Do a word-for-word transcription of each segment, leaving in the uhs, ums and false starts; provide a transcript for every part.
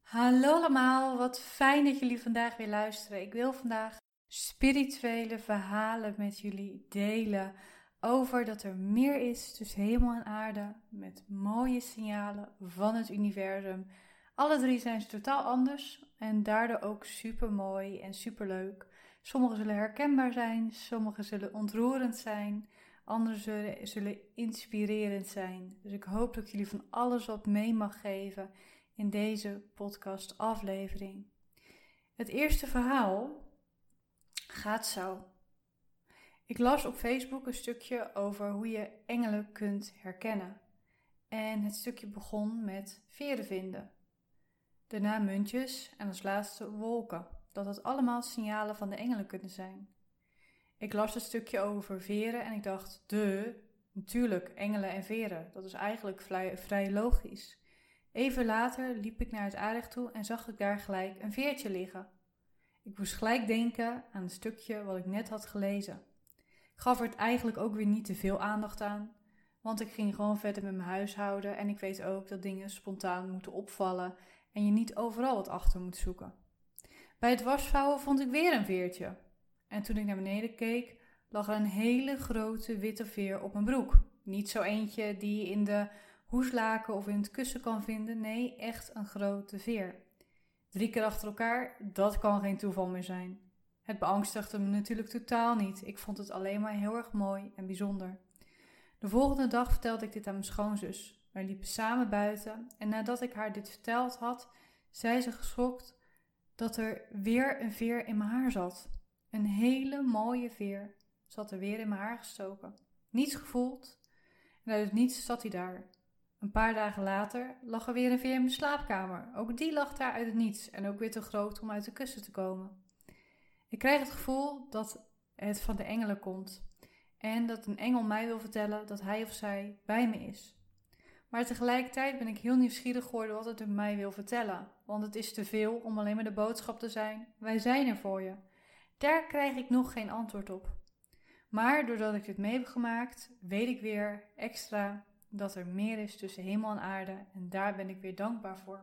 Hallo allemaal, wat fijn dat jullie vandaag weer luisteren. Ik wil vandaag spirituele verhalen met jullie delen over dat er meer is tussen hemel en aarde met mooie signalen van het universum. Alle drie zijn ze totaal anders en daardoor ook super mooi en super leuk. Sommige zullen herkenbaar zijn, sommige zullen ontroerend zijn, andere zullen, zullen inspirerend zijn. Dus ik hoop dat ik jullie van alles wat mee mag geven in deze podcast aflevering. Het eerste verhaal gaat zo. Ik las op Facebook een stukje over hoe je engelen kunt herkennen. En het stukje begon met veren vinden. Daarna muntjes en als laatste wolken. Dat het allemaal signalen van de engelen kunnen zijn. Ik las het stukje over veren en ik dacht, de, natuurlijk, engelen en veren. Dat is eigenlijk vrij, vrij logisch. Even later liep ik naar het aanrecht toe en zag ik daar gelijk een veertje liggen. Ik moest gelijk denken aan een stukje wat ik net had gelezen. Ik gaf er het eigenlijk ook weer niet te veel aandacht aan, want ik ging gewoon verder met mijn huishouden en ik weet ook dat dingen spontaan moeten opvallen en je niet overal wat achter moet zoeken. Bij het wasvouwen vond ik weer een veertje. En toen ik naar beneden keek, lag er een hele grote witte veer op mijn broek. Niet zo eentje die je in de hoeslaken of in het kussen kan vinden. Nee, echt een grote veer. Drie keer achter elkaar, dat kan geen toeval meer zijn. Het beangstigde me natuurlijk totaal niet. Ik vond het alleen maar heel erg mooi en bijzonder. De volgende dag vertelde ik dit aan mijn schoonzus. Wij liepen samen buiten en nadat ik haar dit verteld had, zei ze geschokt dat er weer een veer in mijn haar zat. Een hele mooie veer zat er weer in mijn haar gestoken. Niets gevoeld en uit het niets zat hij daar. Een paar dagen later lag er weer een veer in mijn slaapkamer. Ook die lag daar uit het niets en ook weer te groot om uit de kussen te komen. Ik krijg het gevoel dat het van de engelen komt. En dat een engel mij wil vertellen dat hij of zij bij me is. Maar tegelijkertijd ben ik heel nieuwsgierig geworden wat het mij wil vertellen. Want het is te veel om alleen maar de boodschap te zijn. Wij zijn er voor je. Daar krijg ik nog geen antwoord op. Maar doordat ik dit mee heb gemaakt, weet ik weer extra dat er meer is tussen hemel en aarde en daar ben ik weer dankbaar voor.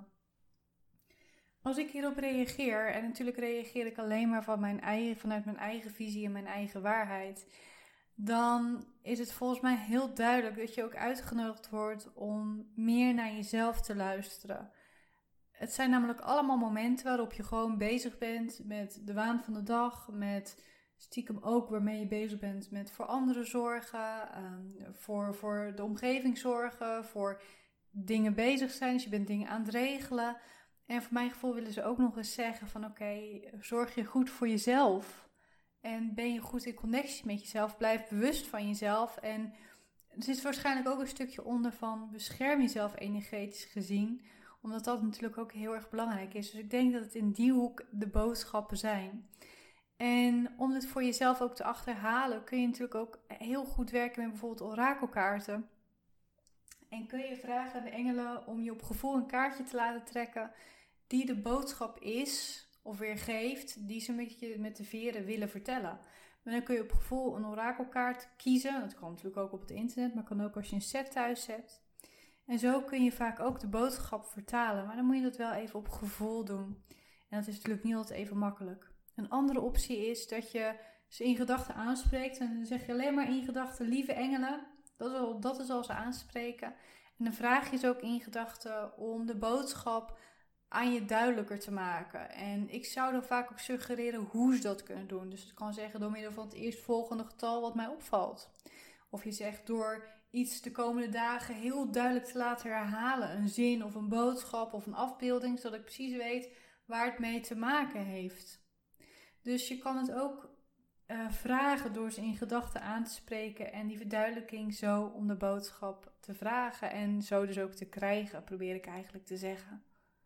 Als ik hierop reageer, en natuurlijk reageer ik alleen maar van mijn eigen, vanuit mijn eigen visie en mijn eigen waarheid, dan is het volgens mij heel duidelijk dat je ook uitgenodigd wordt om meer naar jezelf te luisteren. Het zijn namelijk allemaal momenten waarop je gewoon bezig bent met de waan van de dag, met stiekem ook waarmee je bezig bent met voor anderen zorgen, um, voor, voor de omgeving zorgen, voor dingen bezig zijn. Dus je bent dingen aan het regelen. En voor mijn gevoel willen ze ook nog eens zeggen van oké, okay, zorg je goed voor jezelf. En ben je goed in connectie met jezelf, blijf bewust van jezelf. En er zit waarschijnlijk ook een stukje onder van bescherm jezelf energetisch gezien. Omdat dat natuurlijk ook heel erg belangrijk is. Dus ik denk dat het in die hoek de boodschappen zijn. En om dit voor jezelf ook te achterhalen, kun je natuurlijk ook heel goed werken met bijvoorbeeld orakelkaarten. En kun je vragen aan de engelen om je op gevoel een kaartje te laten trekken die de boodschap is of weergeeft die ze met, je, met de veren willen vertellen. Maar dan kun je op gevoel een orakelkaart kiezen. Dat kan natuurlijk ook op het internet, maar kan ook als je een set thuis hebt. En zo kun je vaak ook de boodschap vertalen. Maar dan moet je dat wel even op gevoel doen. En dat is natuurlijk niet altijd even makkelijk. Een andere optie is dat je ze in gedachten aanspreekt. En dan zeg je alleen maar in gedachten, lieve engelen. Dat is, al, dat is al ze aanspreken. En dan vraag je ze ook in gedachten om de boodschap aan je duidelijker te maken. En ik zou dan vaak ook suggereren hoe ze dat kunnen doen. Dus het kan zeggen door middel van het eerstvolgende getal wat mij opvalt. Of je zegt door iets de komende dagen heel duidelijk te laten herhalen. Een zin of een boodschap of een afbeelding. Zodat ik precies weet waar het mee te maken heeft. Dus je kan het ook uh, vragen door ze in gedachten aan te spreken. En die verduidelijking zo om de boodschap te vragen. En zo dus ook te krijgen, probeer ik eigenlijk te zeggen.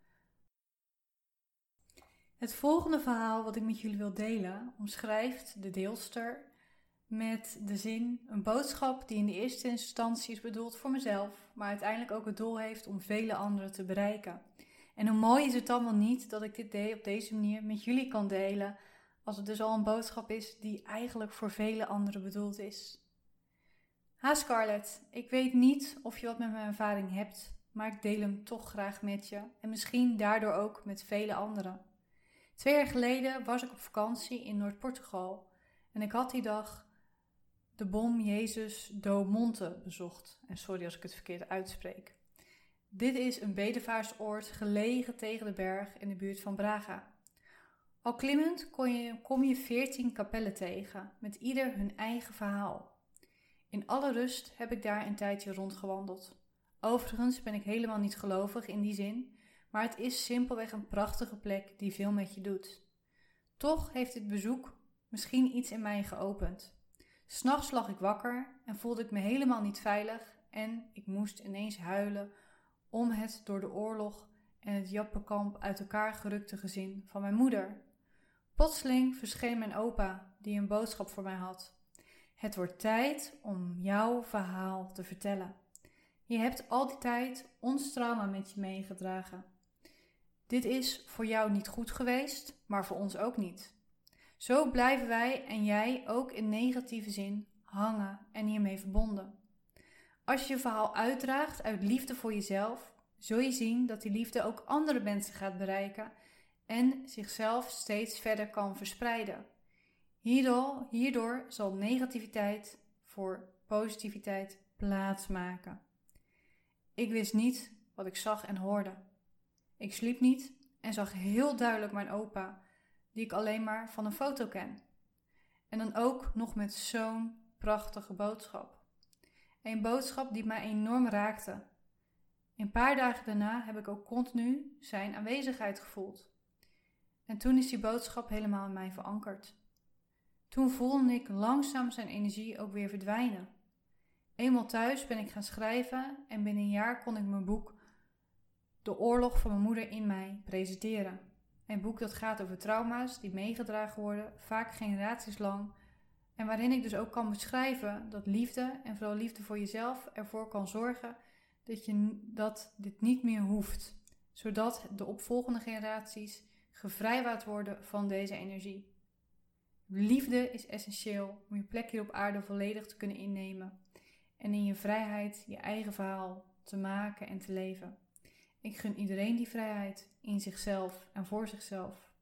Het volgende verhaal wat ik met jullie wil delen omschrijft de deelster met de zin een boodschap die in de eerste instantie is bedoeld voor mezelf, maar uiteindelijk ook het doel heeft om vele anderen te bereiken. En hoe mooi is het dan wel niet dat ik dit de- op deze manier met jullie kan delen, als het dus al een boodschap is die eigenlijk voor vele anderen bedoeld is. Ha Scarlett, ik weet niet of je wat met mijn ervaring hebt, maar ik deel hem toch graag met je en misschien daardoor ook met vele anderen. Twee jaar geleden was ik op vakantie in Noord-Portugal en ik had die dag de Bom Jesus do Monte bezocht. En sorry als ik het verkeerd uitspreek. Dit is een bedevaartsoord gelegen tegen de berg in de buurt van Braga. Al klimmend kon je, kom je veertien kapellen tegen, met ieder hun eigen verhaal. In alle rust heb ik daar een tijdje rondgewandeld. Overigens ben ik helemaal niet gelovig in die zin, maar het is simpelweg een prachtige plek die veel met je doet. Toch heeft dit bezoek misschien iets in mij geopend. 'S Nachts lag ik wakker en voelde ik me helemaal niet veilig en ik moest ineens huilen om het door de oorlog en het Jappenkamp uit elkaar gerukte gezin van mijn moeder. Plotseling verscheen mijn opa, die een boodschap voor mij had. Het wordt tijd om jouw verhaal te vertellen. Je hebt al die tijd ons trauma met je meegedragen. Dit is voor jou niet goed geweest, maar voor ons ook niet. Zo blijven wij en jij ook in negatieve zin hangen en hiermee verbonden. Als je je verhaal uitdraagt uit liefde voor jezelf, zul je zien dat die liefde ook andere mensen gaat bereiken en zichzelf steeds verder kan verspreiden. Hierdoor, hierdoor zal negativiteit voor positiviteit plaatsmaken. Ik wist niet wat ik zag en hoorde. Ik sliep niet en zag heel duidelijk mijn opa, die ik alleen maar van een foto ken. En dan ook nog met zo'n prachtige boodschap. Een boodschap die mij enorm raakte. Een paar dagen daarna heb ik ook continu zijn aanwezigheid gevoeld. En toen is die boodschap helemaal in mij verankerd. Toen voelde ik langzaam zijn energie ook weer verdwijnen. Eenmaal thuis ben ik gaan schrijven en binnen een jaar kon ik mijn boek De Oorlog van mijn moeder in mij presenteren. Een boek dat gaat over trauma's die meegedragen worden, vaak generaties lang. En waarin ik dus ook kan beschrijven dat liefde en vooral liefde voor jezelf ervoor kan zorgen dat, je, dat dit niet meer hoeft. Zodat de opvolgende generaties gevrijwaard worden van deze energie. Liefde is essentieel om je plek hier op aarde volledig te kunnen innemen. En in je vrijheid je eigen verhaal te maken en te leven. Ik gun iedereen die vrijheid in zichzelf en voor zichzelf.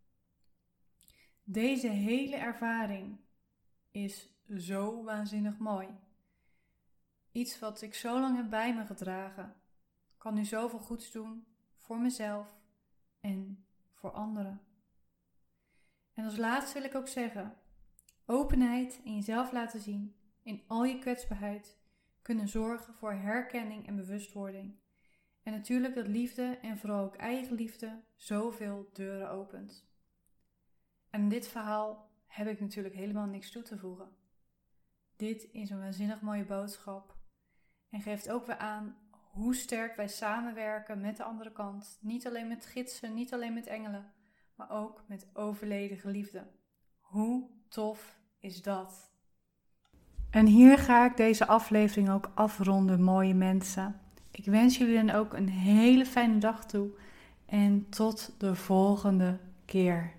Deze hele ervaring is zo waanzinnig mooi. Iets wat ik zo lang heb bij me gedragen, kan nu zoveel goeds doen voor mezelf en voor anderen. En als laatste wil ik ook zeggen, openheid en jezelf laten zien in al je kwetsbaarheid kunnen zorgen voor herkenning en bewustwording. En natuurlijk dat liefde en vooral ook eigenliefde zoveel deuren opent. En in dit verhaal heb ik natuurlijk helemaal niks toe te voegen. Dit is een waanzinnig mooie boodschap en geeft ook weer aan hoe sterk wij samenwerken met de andere kant. Niet alleen met gidsen, niet alleen met engelen, maar ook met overledige liefde. Hoe tof is dat? En hier ga ik deze aflevering ook afronden, mooie mensen. Ik wens jullie dan ook een hele fijne dag toe en tot de volgende keer.